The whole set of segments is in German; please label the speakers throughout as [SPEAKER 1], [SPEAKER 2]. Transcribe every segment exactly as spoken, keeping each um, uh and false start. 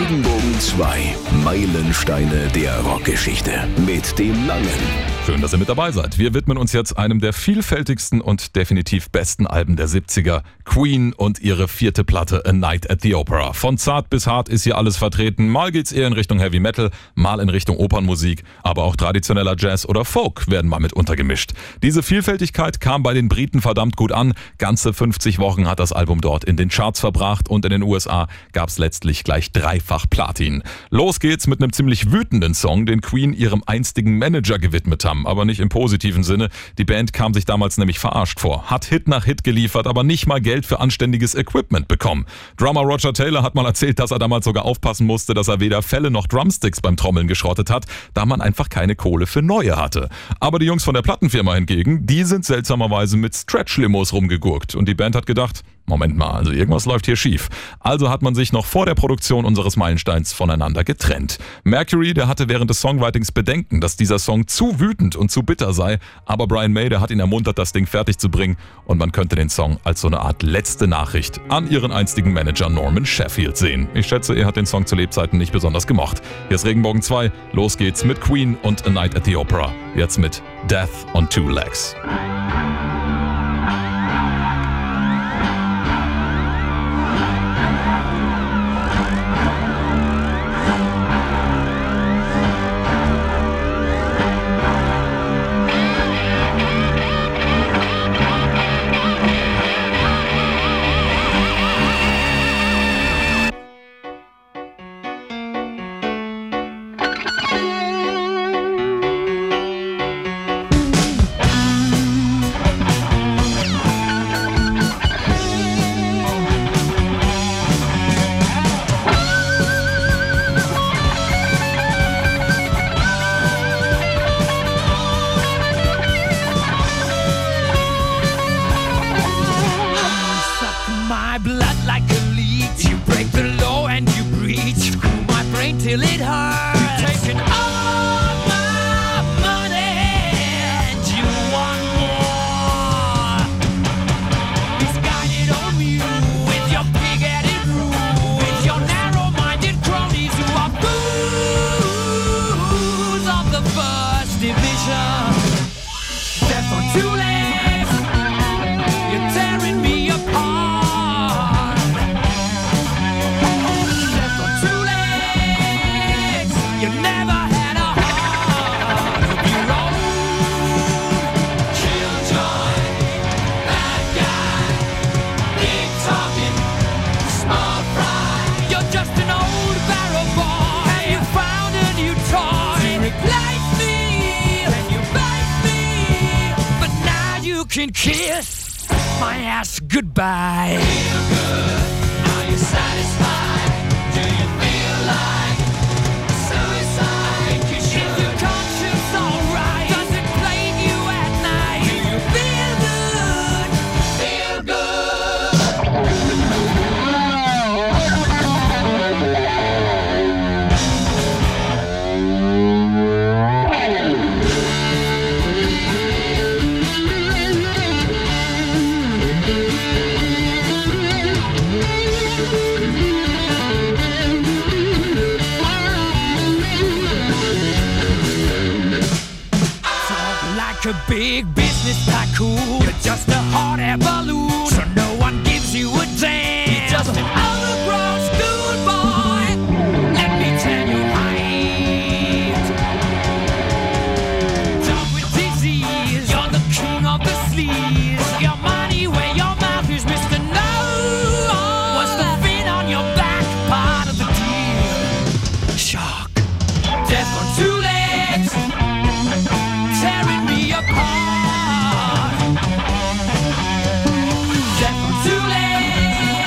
[SPEAKER 1] Regenbogen zwei. Meilensteine der Rockgeschichte. Mit dem Langen.
[SPEAKER 2] Schön, dass ihr mit dabei seid. Wir widmen uns jetzt einem der vielfältigsten und definitiv besten Alben der siebziger. Queen und ihre vierte Platte A Night at the Opera. Von zart bis hart ist hier alles vertreten. Mal geht's eher in Richtung Heavy Metal, mal in Richtung Opernmusik, aber auch traditioneller Jazz oder Folk werden mal mit untergemischt. Diese Vielfältigkeit kam bei den Briten verdammt gut an. Ganze fünfzig Wochen hat das Album dort in den Charts verbracht und in den U S A gab's letztlich gleich dreifach Platin. Los geht's mit einem ziemlich wütenden Song, den Queen ihrem einstigen Manager gewidmet haben. Aber nicht im positiven Sinne. Die Band kam sich damals nämlich verarscht vor. Hat Hit nach Hit geliefert, aber nicht mal Geld für anständiges Equipment bekommen. Drummer Roger Taylor hat mal erzählt, dass er damals sogar aufpassen musste, dass er weder Felle noch Drumsticks beim Trommeln geschrottet hat, da man einfach keine Kohle für neue hatte. Aber die Jungs von der Plattenfirma hingegen, die sind seltsamerweise mit Stretch-Limos rumgegurkt. Und die Band hat gedacht, Moment mal, also irgendwas läuft hier schief. Also hat man sich noch vor der Produktion unseres Meilensteins voneinander getrennt. Mercury, der hatte während des Songwritings Bedenken, dass dieser Song zu wütend und zu bitter sei, aber Brian May, der hat ihn ermuntert, das Ding fertig zu bringen und man könnte den Song als so eine Art letzte Nachricht an ihren einstigen Manager Norman Sheffield sehen. Ich schätze, er hat den Song zu Lebzeiten nicht besonders gemocht. Hier ist Regenbogen zwei, los geht's mit Queen und A Night at the Opera. Jetzt mit Death on Two Legs.
[SPEAKER 3] Till it hurts. You've taken all my money and you want more. He's got it on you with your big-headed rule, with your narrow-minded cronies who are fools of the first division. Death on two legs, you're tearing me apart. Death on two legs. You never had a heart of your own. Killjoy, bad guy, big talking, small fry. You're just an old barrel boy, and you found a new toy to replace me. And you bite me, but now you can kiss my ass goodbye. Feel good, are you satisfied? Do you feel like a big business tycoon. You're just a hot air balloon, so no one gives you a damn. You're just an overgrown schoolboy. Let me tell you right. Done with disease, you're the king of the sleaze. Put your money where your mouth is, Mister No. What's the fin on your back? Part of the deal. Shark. Death on two legs. Tearing me apart. Death on two legs.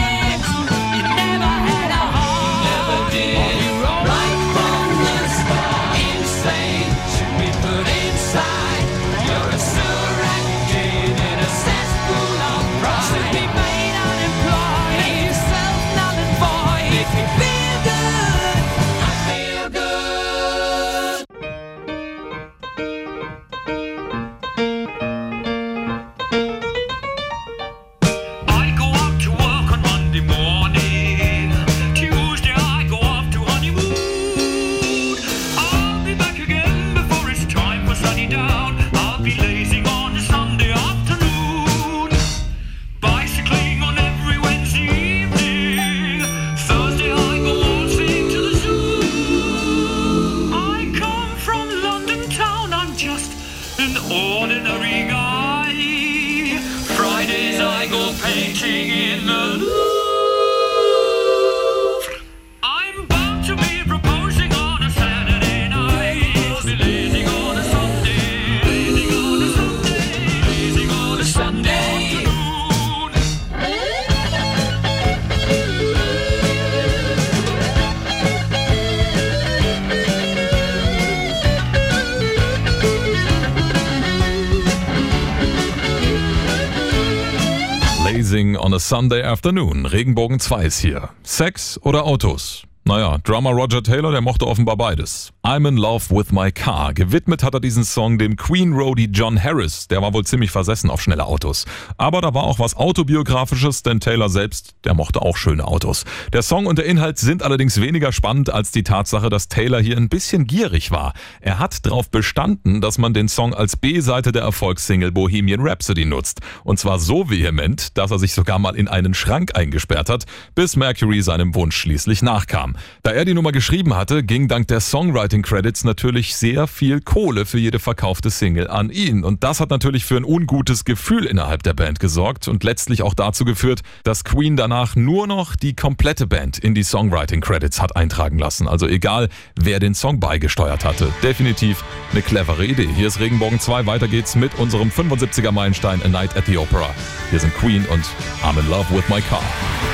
[SPEAKER 2] Amazing on a Sunday Afternoon. Regenbogen zwei ist hier. Sex oder Autos? Naja, Drummer Roger Taylor, der mochte offenbar beides. I'm in love with my car. Gewidmet hat er diesen Song dem Queen-Roadie John Harris. Der war wohl ziemlich versessen auf schnelle Autos. Aber da war auch was Autobiografisches, denn Taylor selbst, der mochte auch schöne Autos. Der Song und der Inhalt sind allerdings weniger spannend als die Tatsache, dass Taylor hier ein bisschen gierig war. Er hat darauf bestanden, dass man den Song als B-Seite der Erfolgssingle Bohemian Rhapsody nutzt. Und zwar so vehement, dass er sich sogar mal in einen Schrank eingesperrt hat, bis Mercury seinem Wunsch schließlich nachkam. Da er die Nummer geschrieben hatte, ging dank der Songwriting-Credits natürlich sehr viel Kohle für jede verkaufte Single an ihn. Und das hat natürlich für ein ungutes Gefühl innerhalb der Band gesorgt und letztlich auch dazu geführt, dass Queen danach nur noch die komplette Band in die Songwriting-Credits hat eintragen lassen. Also egal, wer den Song beigesteuert hatte. Definitiv eine clevere Idee. Hier ist Regenbogen zwei, weiter geht's mit unserem fünfundsiebziger Meilenstein A Night at the Opera. Hier sind Queen und I'm in love with my car.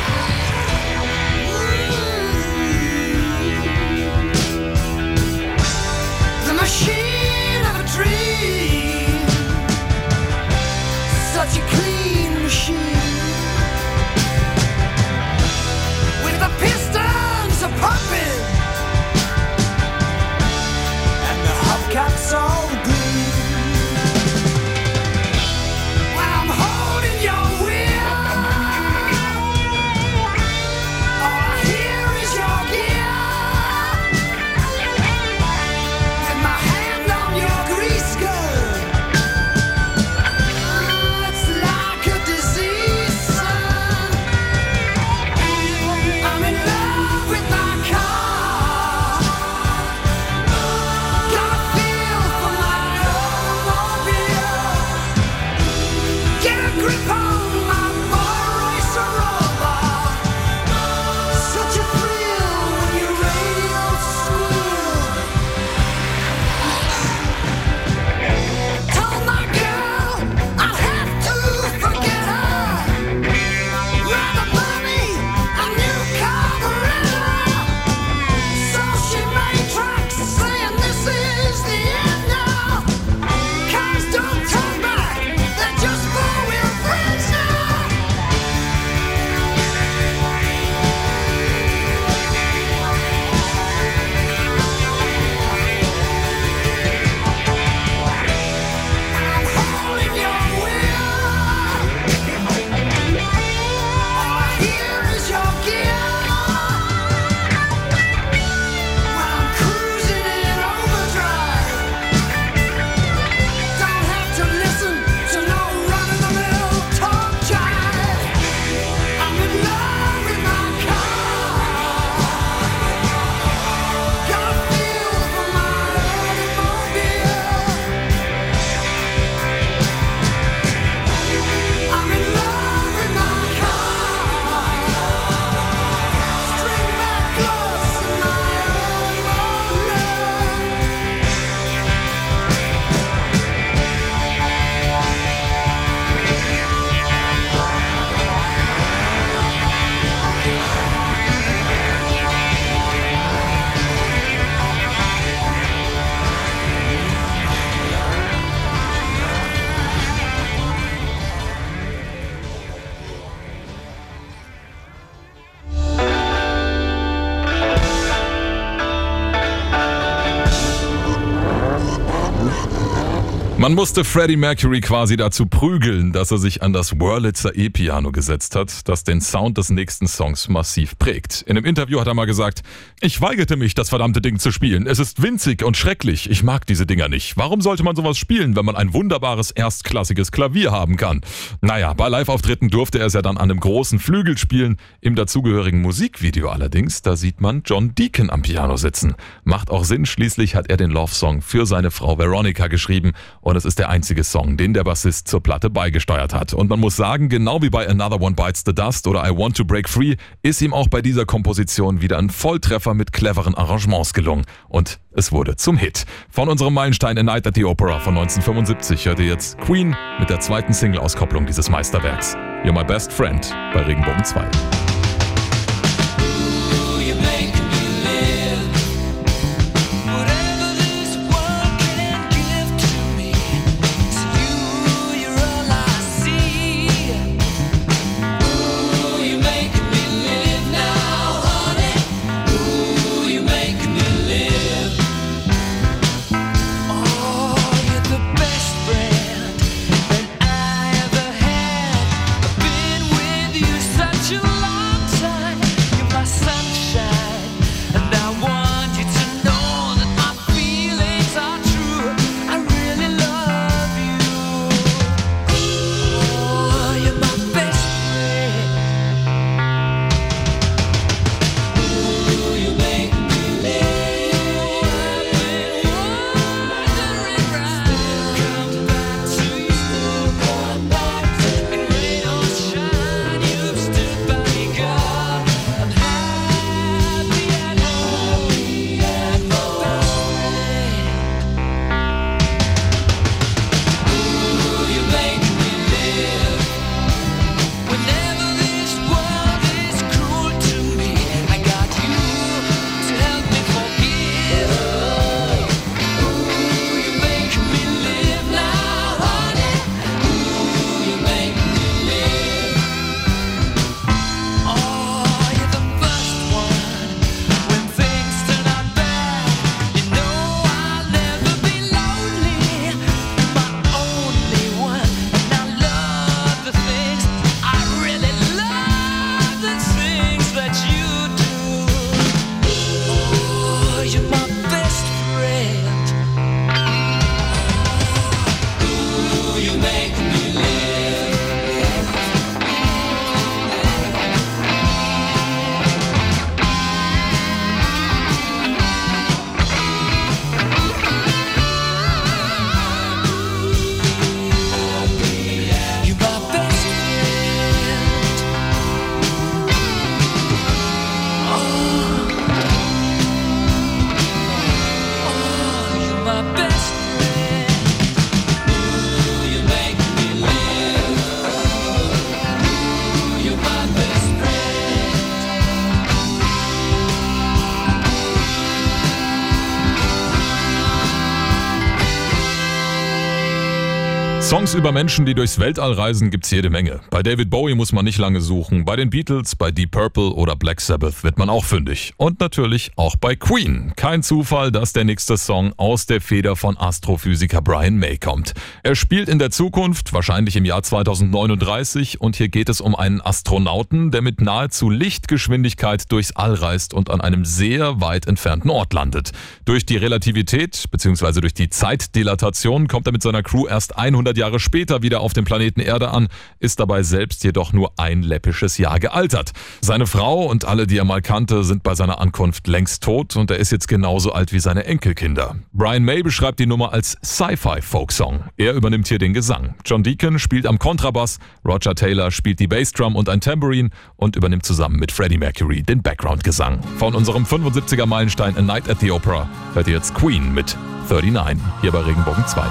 [SPEAKER 3] Machine of a dream, such a clean machine, with the pistons a pumping and the hubcaps all green. When I'm holding your wheel, all I hear is your gear.
[SPEAKER 2] Man musste Freddie Mercury quasi dazu prügeln, dass er sich an das Wurlitzer E-Piano gesetzt hat, das den Sound des nächsten Songs massiv prägt. In einem Interview hat er mal gesagt: Ich weigerte mich, das verdammte Ding zu spielen. Es ist winzig und schrecklich. Ich mag diese Dinger nicht. Warum sollte man sowas spielen, wenn man ein wunderbares, erstklassiges Klavier haben kann? Naja, bei Live-Auftritten durfte er es ja dann an einem großen Flügel spielen. Im dazugehörigen Musikvideo allerdings, da sieht man John Deacon am Piano sitzen. Macht auch Sinn, schließlich hat er den Love-Song für seine Frau Veronica geschrieben. Und es ist der einzige Song, den der Bassist zur Platte beigesteuert hat. Und man muss sagen, genau wie bei Another One Bites the Dust oder I Want to Break Free, ist ihm auch bei dieser Komposition wieder ein Volltreffer mit cleveren Arrangements gelungen. Und es wurde zum Hit. Von unserem Meilenstein A Night at the Opera von neunzehnhundertfünfundsiebzig hört ihr jetzt Queen mit der zweiten Single-Auskopplung dieses Meisterwerks. You're My Best Friend bei Regenbogen zwei.
[SPEAKER 3] I
[SPEAKER 2] Songs über Menschen, die durchs Weltall reisen, gibt's jede Menge. Bei David Bowie muss man nicht lange suchen. Bei den Beatles, bei Deep Purple oder Black Sabbath wird man auch fündig. Und natürlich auch bei Queen. Kein Zufall, dass der nächste Song aus der Feder von Astrophysiker Brian May kommt. Er spielt in der Zukunft, wahrscheinlich im Jahr zweitausendneununddreißig, und hier geht es um einen Astronauten, der mit nahezu Lichtgeschwindigkeit durchs All reist und an einem sehr weit entfernten Ort landet. Durch die Relativität bzw. durch die Zeitdilatation kommt er mit seiner Crew erst hundert Jahre später wieder auf dem Planeten Erde an, ist dabei selbst jedoch nur ein läppisches Jahr gealtert. Seine Frau und alle, die er mal kannte, sind bei seiner Ankunft längst tot und er ist jetzt genauso alt wie seine Enkelkinder. Brian May beschreibt die Nummer als Sci-Fi-Folksong. Er übernimmt hier den Gesang. John Deacon spielt am Kontrabass, Roger Taylor spielt die Bassdrum und ein Tambourine und übernimmt zusammen mit Freddie Mercury den Background-Gesang. Von unserem fünfundsiebziger Meilenstein A Night at the Opera hört ihr jetzt Queen mit neununddreißig, hier bei Regenbogen zwei.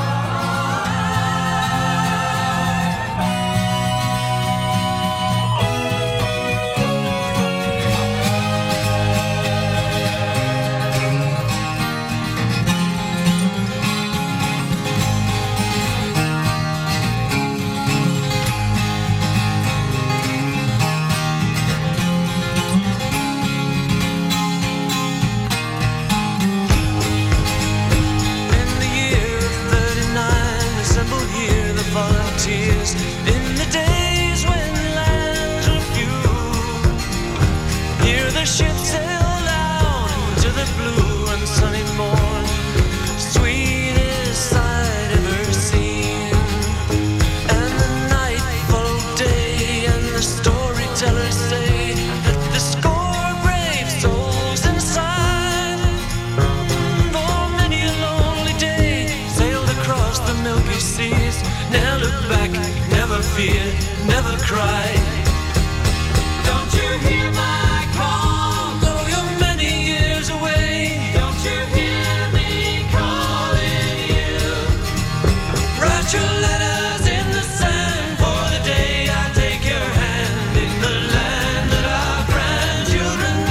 [SPEAKER 4] In the days when lands were few, hear the ships sail out into the blue and sunny morn, sweetest sight ever seen. And the night followed day, and the storytellers say that the score brave souls inside, for many a lonely day, sailed across the Milky Seas. Never look back, never fear, never cry. Don't you hear my call? Though you're many years away, don't you hear me calling you? Write your letters in the sand for the day I take your hand in the land that our grandchildren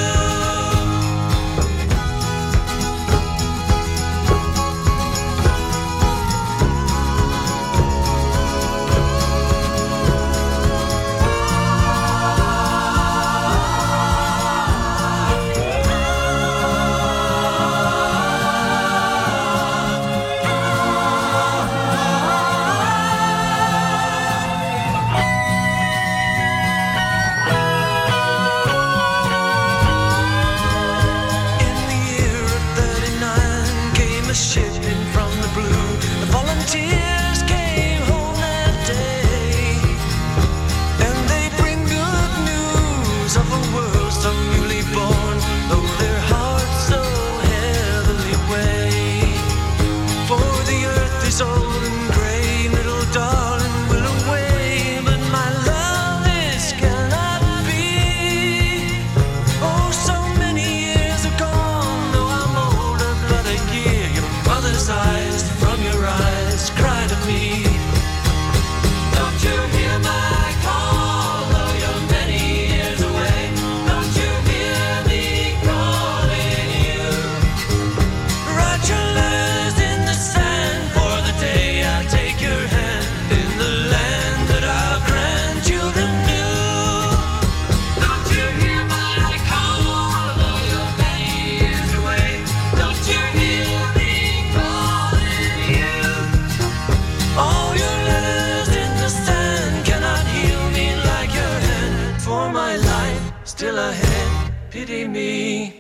[SPEAKER 4] shipping from the blue. The volunteers came home that day, and they bring good news of a world so newly born, though their hearts so heavily weigh. For the earth is old and gray, little darling will away, but my love this cannot be. Oh, so many years are gone, though I'm older but a year. Mother's eyes from your eyes cry to me. Don't you hear my call, though you're many years away? Don't you hear me calling you? Write your letters in the sand for the day I take your hand in the land that our grandchildren knew. Don't you hear my call, though you're many years away? Don't you hear me? All your letters in the sand cannot heal me like your hand. For my life still ahead, pity me.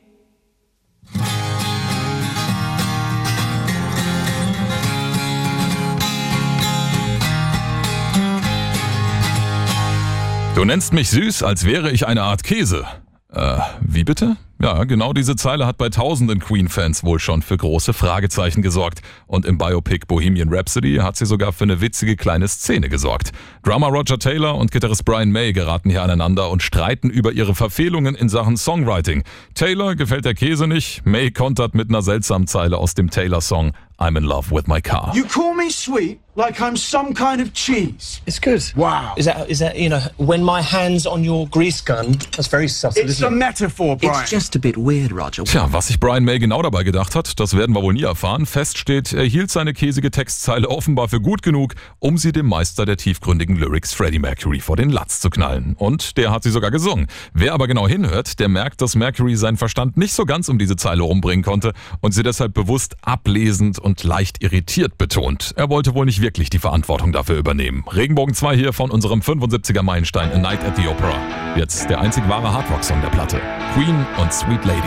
[SPEAKER 2] Du nennst mich süß, als wäre ich eine Art Käse. Äh, wie bitte? Ja, genau diese Zeile hat bei tausenden Queen-Fans wohl schon für große Fragezeichen gesorgt. Und im Biopic Bohemian Rhapsody hat sie sogar für eine witzige kleine Szene gesorgt. Drummer Roger Taylor und Gitarrist Brian May geraten hier aneinander und streiten über ihre Verfehlungen in Sachen Songwriting. Taylor gefällt der Käse nicht, May kontert mit einer seltsamen Zeile aus dem Taylor-Song I'm in love with my car.
[SPEAKER 5] You call me sweet like I'm some kind of cheese.
[SPEAKER 6] It's good.
[SPEAKER 5] Wow.
[SPEAKER 6] Is that, is that, you know, when my hand's on your grease gun, that's very subtle,
[SPEAKER 5] It's
[SPEAKER 6] isn't
[SPEAKER 5] a
[SPEAKER 6] it?
[SPEAKER 5] metaphor, Brian.
[SPEAKER 6] It's just just a bit weird, Roger.
[SPEAKER 2] Tja, was sich Brian May genau dabei gedacht hat, das werden wir wohl nie erfahren. Fest steht, er hielt seine käsige Textzeile offenbar für gut genug, um sie dem Meister der tiefgründigen Lyrics Freddie Mercury vor den Latz zu knallen. Und der hat sie sogar gesungen. Wer aber genau hinhört, der merkt, dass Mercury seinen Verstand nicht so ganz um diese Zeile rumbringen konnte und sie deshalb bewusst ablesend und leicht irritiert betont. Er wollte wohl nicht wirklich die Verantwortung dafür übernehmen. Regenbogen zwei hier von unserem fünfundsiebziger Meilenstein A Night at the Opera. Jetzt der einzig wahre Hardrock-Song der Platte. Queen und Sweet Lady.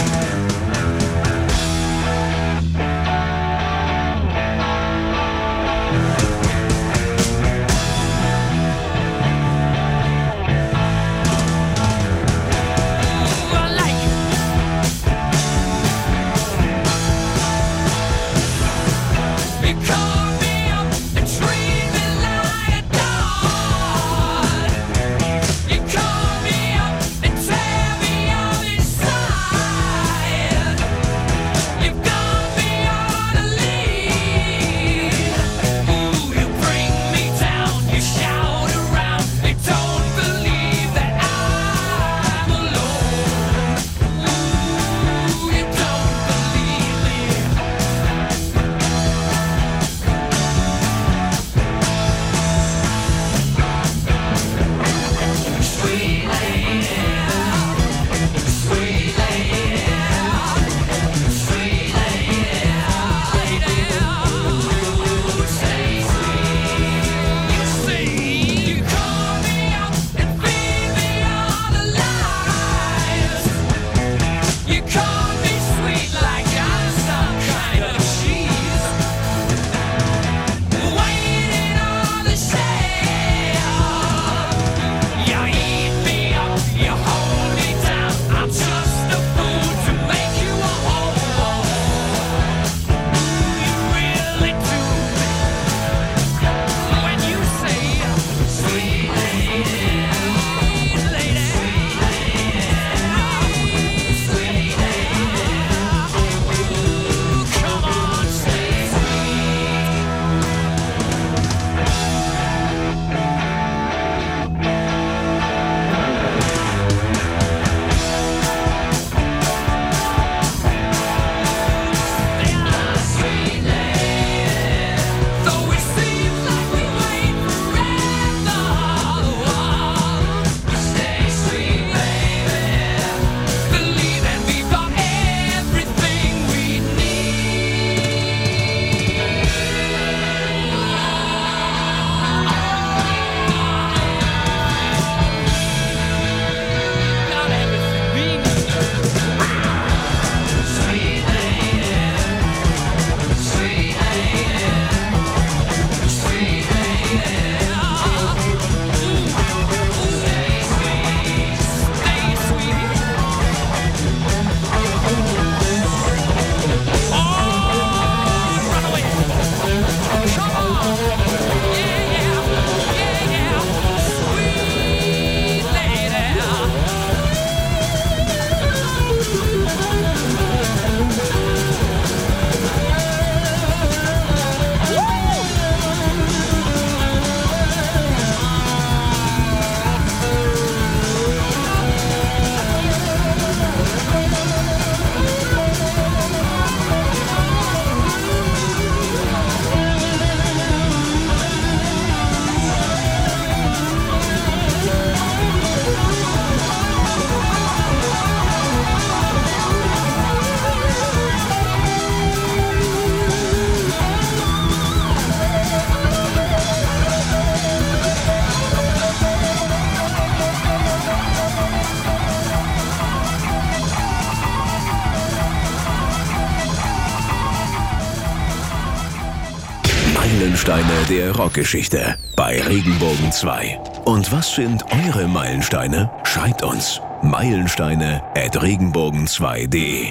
[SPEAKER 1] Meilensteine der Rockgeschichte bei Regenbogen zwei. Und was sind eure Meilensteine? Schreibt uns meilensteine at regenbogen zwei punkt de.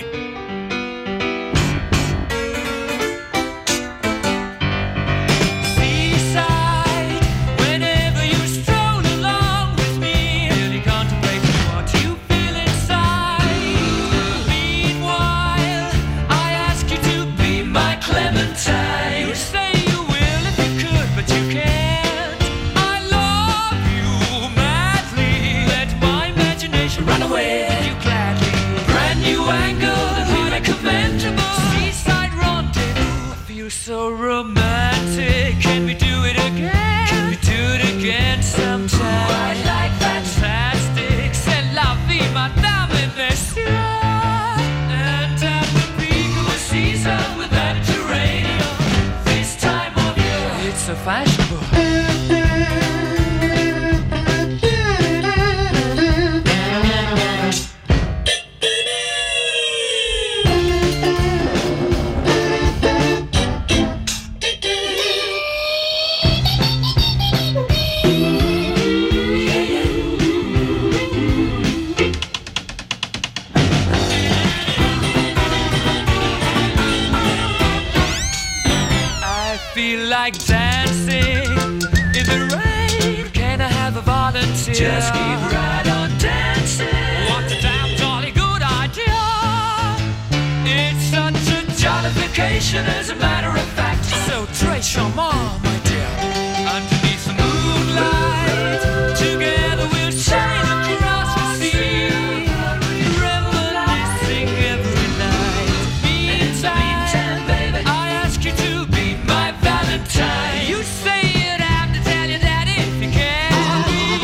[SPEAKER 3] Run away, you gladly. Brand so romantic. Can we do it again? Can we do it again sometime? I'd like fantastic. C'est la vie, madame et messieurs. And at the peak of the season with that geranium, this time of year, it's so fashionable. Like dancing in the rain. Can I have a volunteer? Just keep right on dancing. What a damn jolly good idea. It's such a jollification, as a matter of fact. So très charmant, my dear. Underneath the moonlight, together we'll sail across the sea, reminiscing every night. Meantime, baby, I ask you to be my Valentine. You say you'd have to tell your daddy if you can. I'll be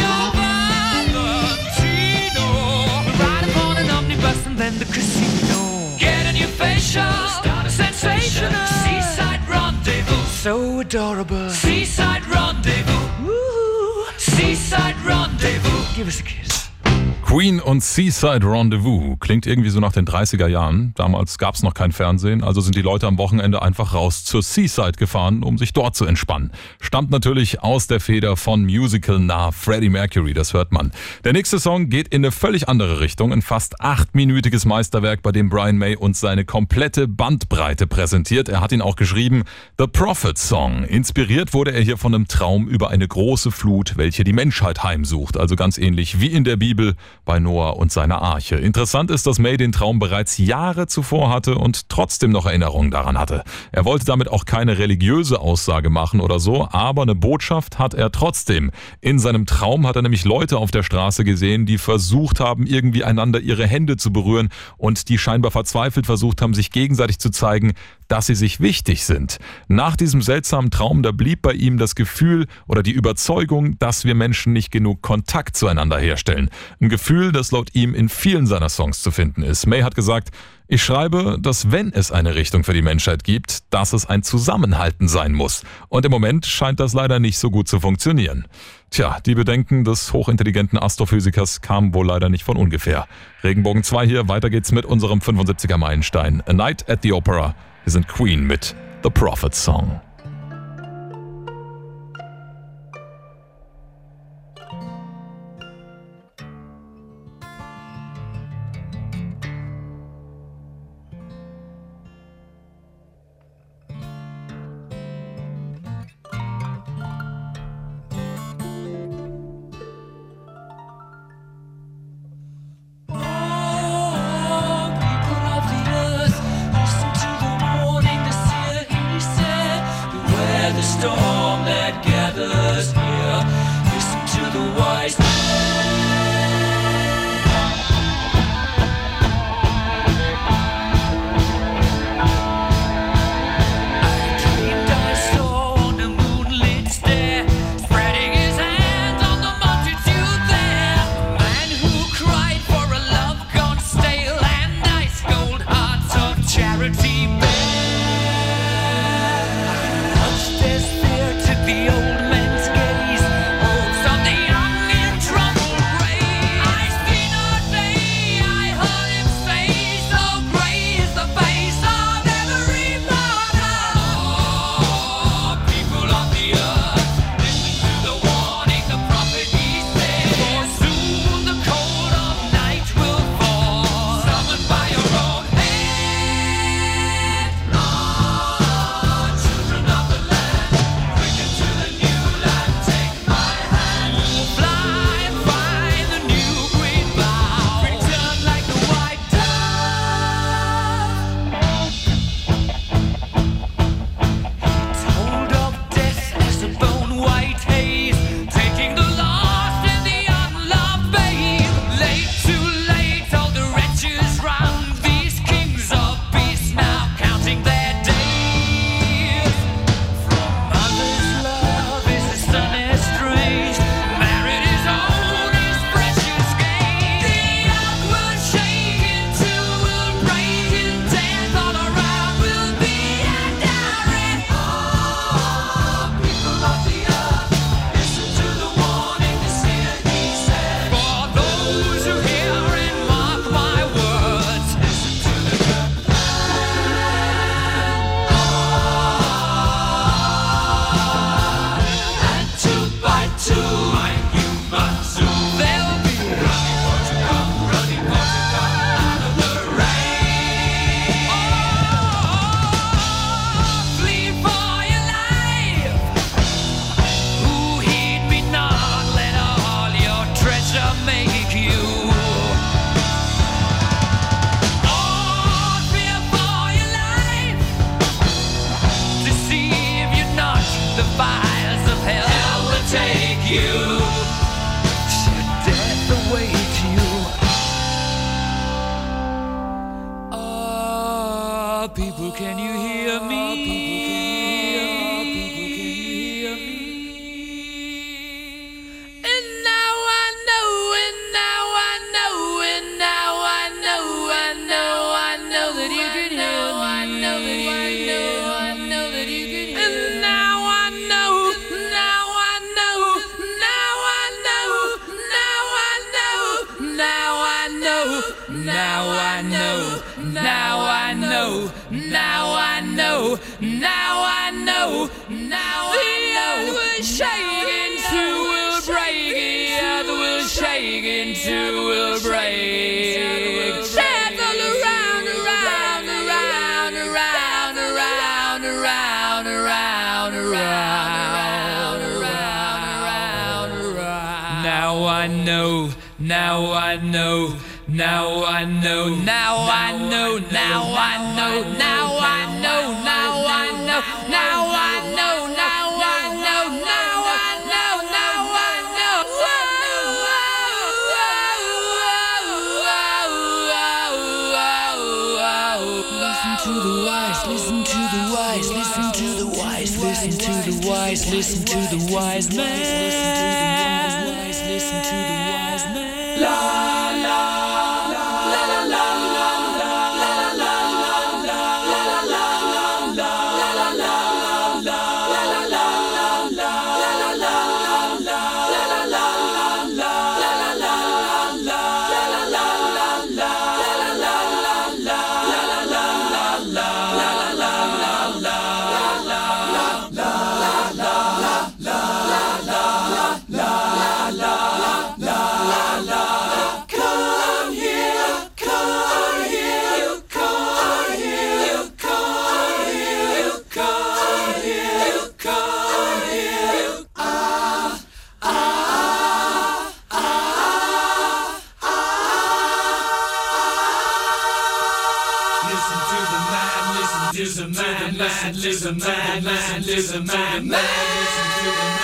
[SPEAKER 3] your Valentino. Ride upon an omnibus and then the casino. Get a new facial, start a sensation. Seaside rendezvous, so adorable. Seaside rendezvous, woo. Seaside rendezvous. Give us a kiss.
[SPEAKER 2] Queen und Seaside Rendezvous klingt irgendwie so nach den dreißiger Jahren. Damals gab es noch kein Fernsehen, also sind die Leute am Wochenende einfach raus zur Seaside gefahren, um sich dort zu entspannen. Stammt natürlich aus der Feder von Musical-nah Freddie Mercury, das hört man. Der nächste Song geht in eine völlig andere Richtung, ein fast achtminütiges Meisterwerk, bei dem Brian May uns seine komplette Bandbreite präsentiert. Er hat ihn auch geschrieben, The Prophet Song. Inspiriert wurde er hier von einem Traum über eine große Flut, welche die Menschheit heimsucht, also ganz ähnlich wie in der Bibel bei Noah und seiner Arche. Interessant ist, dass May den Traum bereits Jahre zuvor hatte und trotzdem noch Erinnerungen daran hatte. Er wollte damit auch keine religiöse Aussage machen oder so, aber eine Botschaft hat er trotzdem. In seinem Traum hat er nämlich Leute auf der Straße gesehen, die versucht haben, irgendwie einander ihre Hände zu berühren und die scheinbar verzweifelt versucht haben, sich gegenseitig zu zeigen, dass sie sich wichtig sind. Nach diesem seltsamen Traum, da blieb bei ihm das Gefühl oder die Überzeugung, dass wir Menschen nicht genug Kontakt zueinander herstellen. Ein Gefühl, das laut ihm in vielen seiner Songs zu finden ist. May hat gesagt, ich schreibe, dass wenn es eine Richtung für die Menschheit gibt, dass es ein Zusammenhalten sein muss. Und im Moment scheint das leider nicht so gut zu funktionieren. Tja, die Bedenken des hochintelligenten Astrophysikers kamen wohl leider nicht von ungefähr. Regenbogen zwei hier, weiter geht's mit unserem fünfundsiebziger Meilenstein. A Night at the Opera. Wir sind Queen mit The Prophet Song.
[SPEAKER 3] People of the earth, listen to the warning the seer he said. people, can you hear me? And now I know, and now I know, and now I know, I know, I know that you can hear me. I know that you can hear me. I know that you can hear me. And now I know, now I know, now I know, now I know, now I know, now I know, now I know, now I know, now I know, now I know. The earth will shake into will break, the earth will shake into will break. Death all around, around, around, around, around, around, around, around, around, around. Now I know, now I know. Now I know, now I know, now I know, now I know, now I know, now I know, now I know, now I know, now I know. Listen to the wise, listen to the wise, listen to the wise, listen to the wise, listen to the wise man. Listen to the wise man. La la. Listen to the man, listen to the man, listen to the man, listen to the man.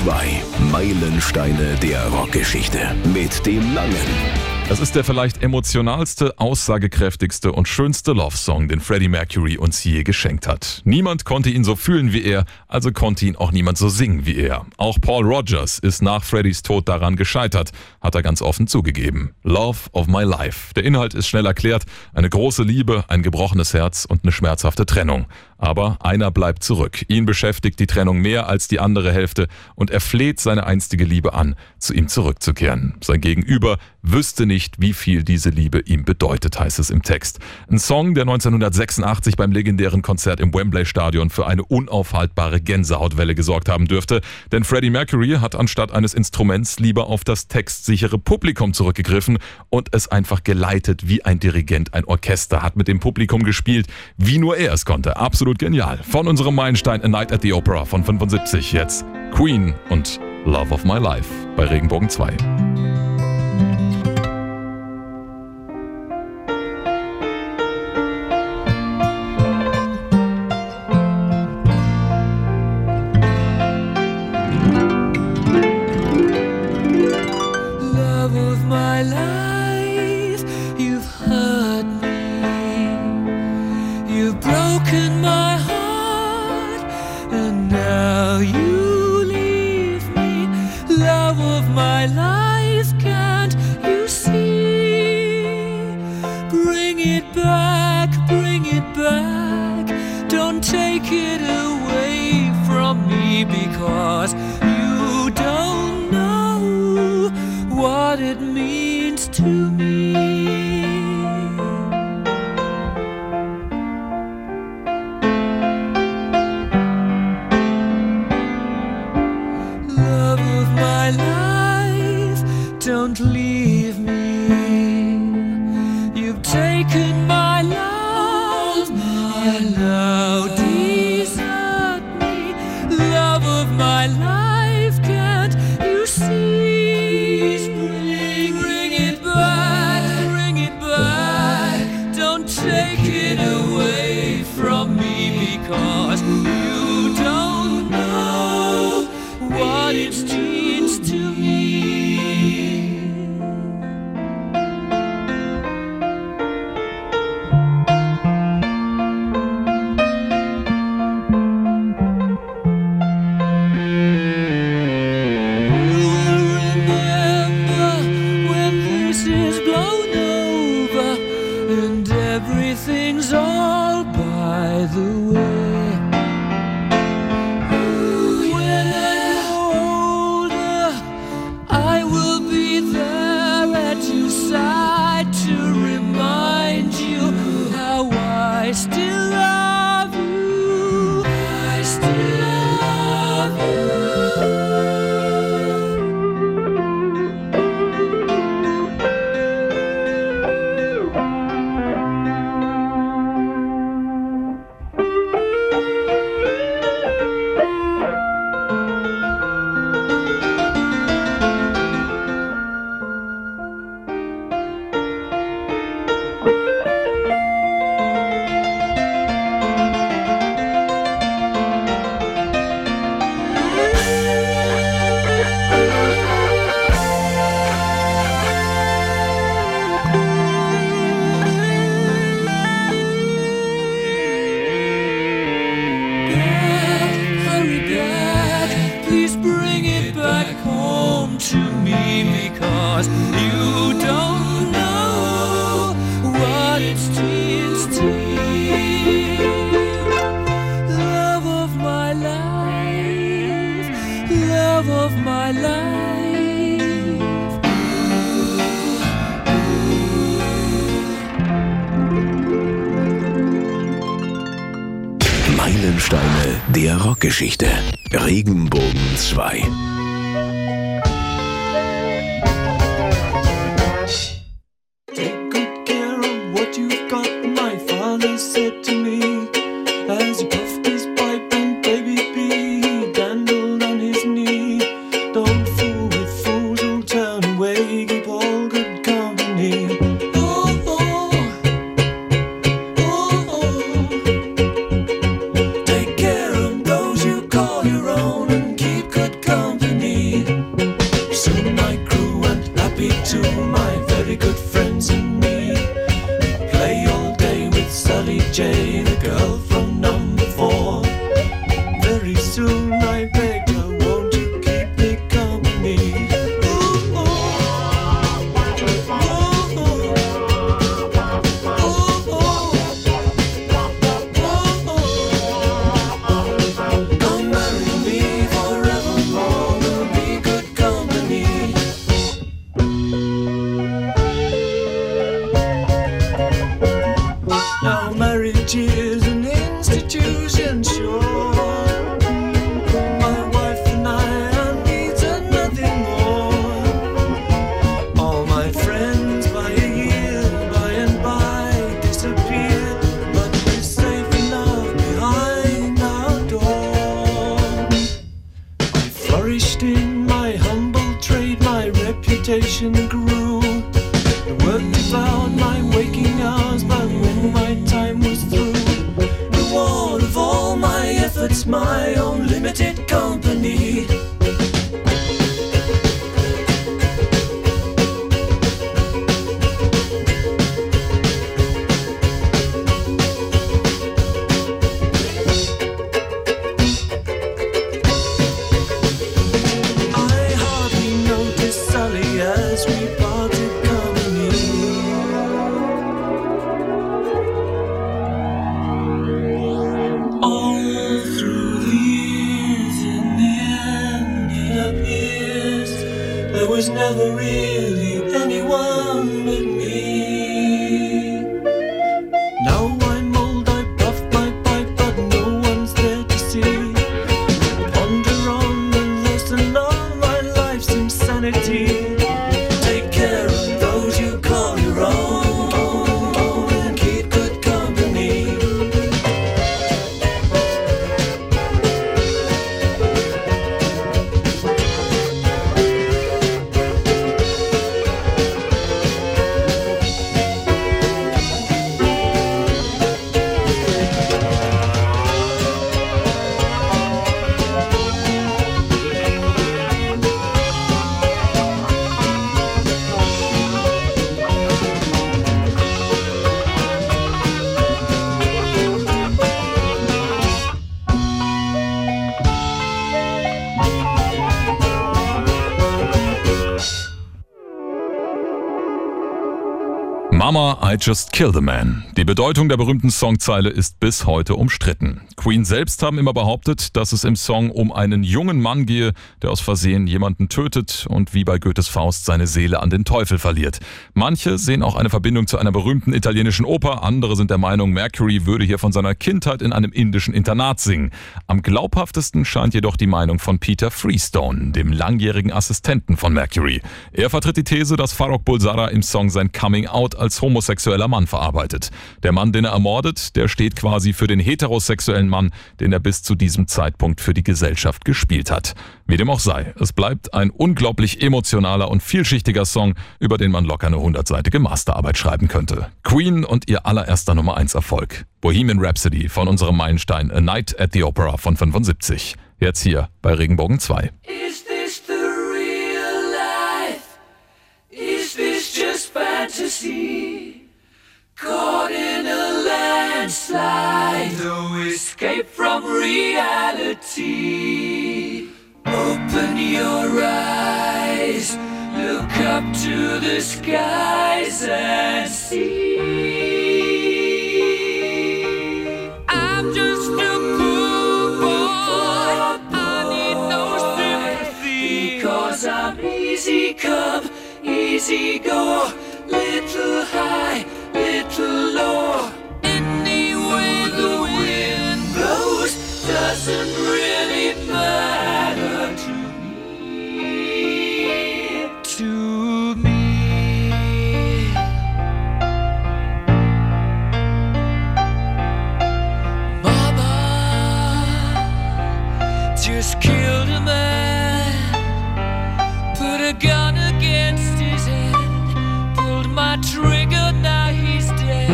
[SPEAKER 1] zwei. Meilensteine der Rockgeschichte. Mit dem Langen.
[SPEAKER 2] Das ist der vielleicht emotionalste, aussagekräftigste und schönste Love-Song, den Freddie Mercury uns je geschenkt hat. Niemand konnte ihn so fühlen wie er, also konnte ihn auch niemand so singen wie er. Auch Paul Rodgers ist nach Freddys Tod daran gescheitert, hat er ganz offen zugegeben. Love of my life. Der Inhalt ist schnell erklärt. Eine große Liebe, ein gebrochenes Herz und eine schmerzhafte Trennung. Aber einer bleibt zurück. Ihn beschäftigt die Trennung mehr als die andere Hälfte und er fleht seine einstige Liebe an, zu ihm zurückzukehren. Sein Gegenüber wüsste nicht, wie viel diese Liebe ihm bedeutet, heißt es im Text. Ein Song, der neunzehnhundertsechsundachtzig beim legendären Konzert im Wembley-Stadion für eine unaufhaltbare Gänsehautwelle gesorgt haben dürfte. Denn Freddie Mercury hat anstatt eines Instruments lieber auf das textsichere Publikum zurückgegriffen und es einfach geleitet wie ein Dirigent, ein Orchester, hat mit dem Publikum gespielt, wie nur er es konnte. Absolut genial. Von unserem Meilenstein A Night at the Opera von fünfundsiebzig jetzt Queen und Love of My Life bei Regenbogen zwei.
[SPEAKER 3] Love of my life, you've hurt me, you've broken my heart, and now you leave me. Love of my life, can't you see? Bring it back, bring it back, don't take it away from me, because you don't know what it means to me. Love of my life, don't leave me. You've taken my love, and now desert me. Love of my life, can't you see? Bring, bring it back, bring it back. Don't take it away from me, because you don't know what it means to me. Remember when this is blown over and everything's all by the way. When I'm older, I will be there at your side to remind you how I still love you. I still love you. Hurry back, please bring it back home to me, because you don't know what it means to me. Love of my life, love of my life.
[SPEAKER 1] Meilensteine der Rockgeschichte. Regenbogen zwei.
[SPEAKER 4] Take good care of what you've got, my father said to me, as he puffed his pipe and baby B he dandled on his knee. Don't fool with fools who'll turn away, keep all good company. Oh, oh, oh, oh. Take care of those you call your own and keep good company. flourished in my humble trade, my reputation grew. The work devoured my waking hours, but when my time was through, reward of all my efforts, my own limited company. Was never really anyone but me. Now I'm old, I puff my pipe, but no one's there to see. Ponder on the lesson of my life's insanity. Take care of those you call your own, and keep good company.
[SPEAKER 2] Mama, I Just Killed a Man. Die Bedeutung der berühmten Songzeile ist bis heute umstritten. Queen selbst haben immer behauptet, dass es im Song um einen jungen Mann gehe, der aus Versehen jemanden tötet und wie bei Goethes Faust seine Seele an den Teufel verliert. Manche sehen auch eine Verbindung zu einer berühmten italienischen Oper, andere sind der Meinung, Mercury würde hier von seiner Kindheit in einem indischen Internat singen. Am glaubhaftesten scheint jedoch die Meinung von Peter Freestone, dem langjährigen Assistenten von Mercury. Er vertritt die These, dass Farrokh Bulsara im Song sein Coming-out als homosexueller Mann verarbeitet. Der Mann, den er ermordet, der steht quasi für den heterosexuellen Mann, den er bis zu diesem Zeitpunkt für die Gesellschaft gespielt hat. Wie dem auch sei, es bleibt ein unglaublich emotionaler und vielschichtiger Song, über den man locker eine hundertseitige Masterarbeit schreiben könnte. Queen und ihr allererster Nummer eins Erfolg. Bohemian Rhapsody von unserem Meilenstein A Night at the Opera von fünfundsiebzig. Jetzt hier bei Regenbogen zwei.
[SPEAKER 4] Is this the real life? Is this just fantasy? Caught in a landslide, no escape from reality. Open your eyes, look up to the skies and see. I'm just a poor boy, I need no sympathy, because I'm easy come, easy go, little high, little low. Any way the wind blows doesn't really matter to me, to me. Mama just killed a man, put a gun against his head, pulled my trigger, now he's dead.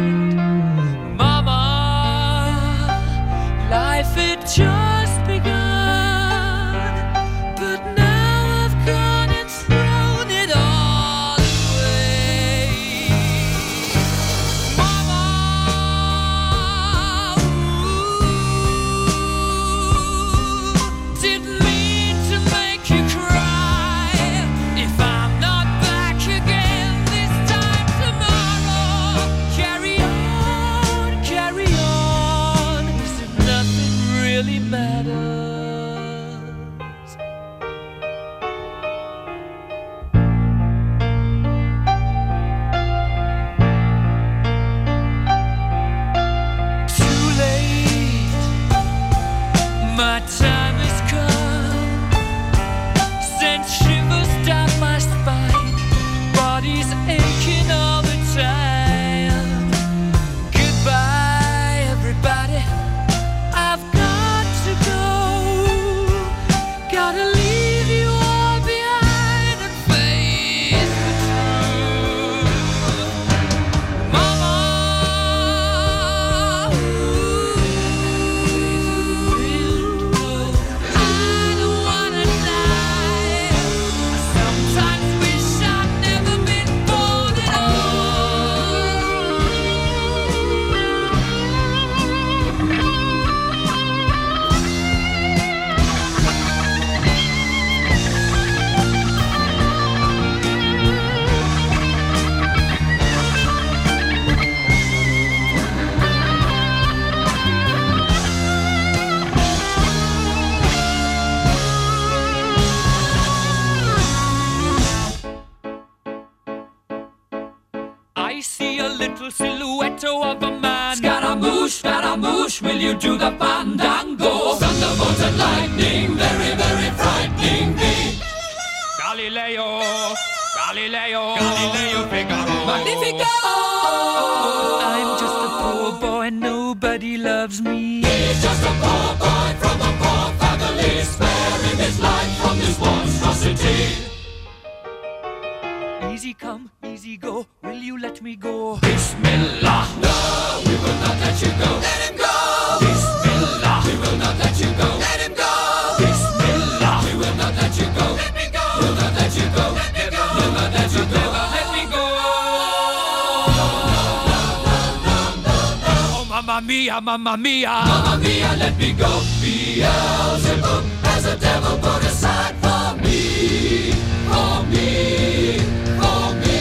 [SPEAKER 4] Mama, life had just begun, but now I've gone and thrown it all away. Mama, ooh, didn't mean to make you cry. If I'm not back again this time tomorrow, carry on, carry on, as if nothing really matters.
[SPEAKER 3] little silhouette of a man. Scaramouche, Scaramouche, will you do the fandango? Thunderbolt and lightning, very, very frightening me. Galileo, Galileo, Galileo Figaro. Magnifico! I'm just a poor boy, nobody loves me. He's just a poor boy from a poor family, sparing his life from this monstrosity. Easy come, easy go, will you let me go? Bismillah, no, we will not let you go. Let him go! Bismillah, we will not let you go. Let him go! Bismillah, we will not let you go. Let me go! We'll not let you go. Let me go! We'll not let you go. Let me go! Oh, mamma mia, mamma mia, mamma mia, let me go. Beelzebub has a devil put aside for me, for me, for me.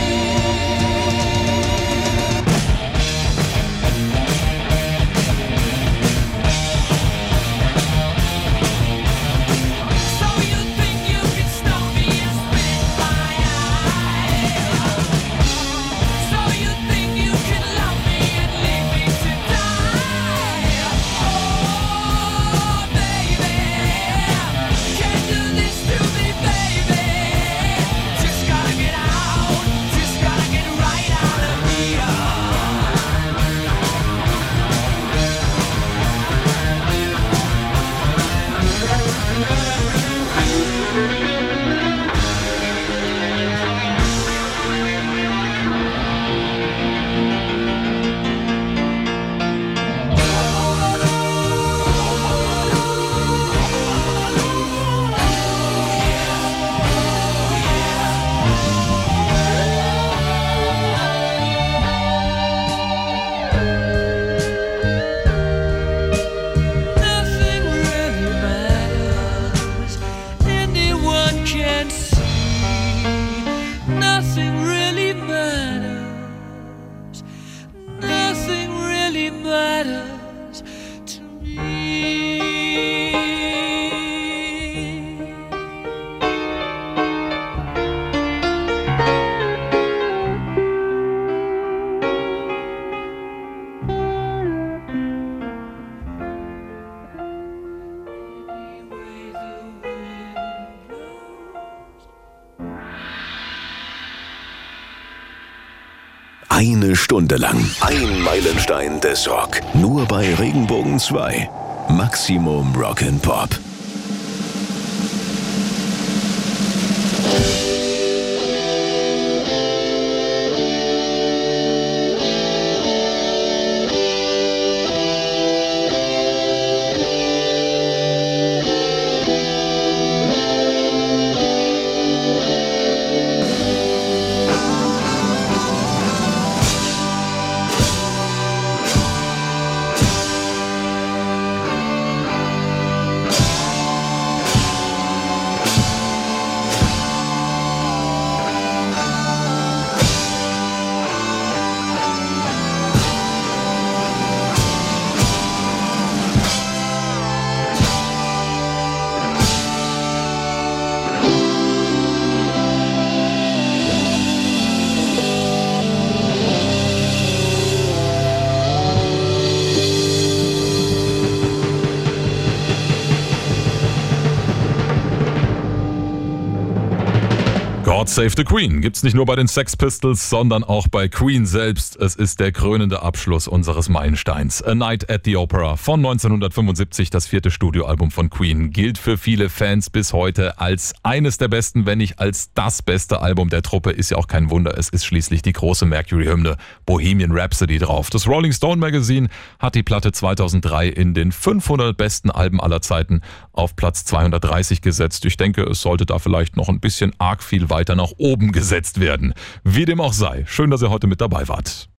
[SPEAKER 3] So you think you can stop me and spit my eye? So you think you can love me and leave me to die? Oh, baby, can't do this to me, baby. Just gotta get out, just gotta get right out of here. Nothing really matters. Anyone can see. Nothing really matters. Nothing really matters to me. Anyway, the wind blows.
[SPEAKER 1] Eine Stunde lang. Ein Meilenstein des Rock. Nur bei Regenbogen zwei. Maximum Rock'n'Pop.
[SPEAKER 2] God Save the Queen gibt's nicht nur bei den Sex Pistols, sondern auch bei Queen selbst. Es ist der krönende Abschluss unseres Meilensteins. A Night at the Opera von neunzehnhundertfünfundsiebzig, das vierte Studioalbum von Queen, gilt für viele Fans bis heute als eines der besten, wenn nicht als das beste Album der Truppe. Ist ja auch kein Wunder, es ist schließlich die große Mercury-Hymne Bohemian Rhapsody drauf. Das Rolling Stone Magazine hat die Platte zweitausenddrei in den fünfhundert besten Alben aller Zeiten auf Platz zweihundertdreißig gesetzt. Ich denke, es sollte da vielleicht noch ein bisschen arg viel weiter nach oben gesetzt werden. Wie dem auch sei, schön, dass ihr heute mit dabei wart.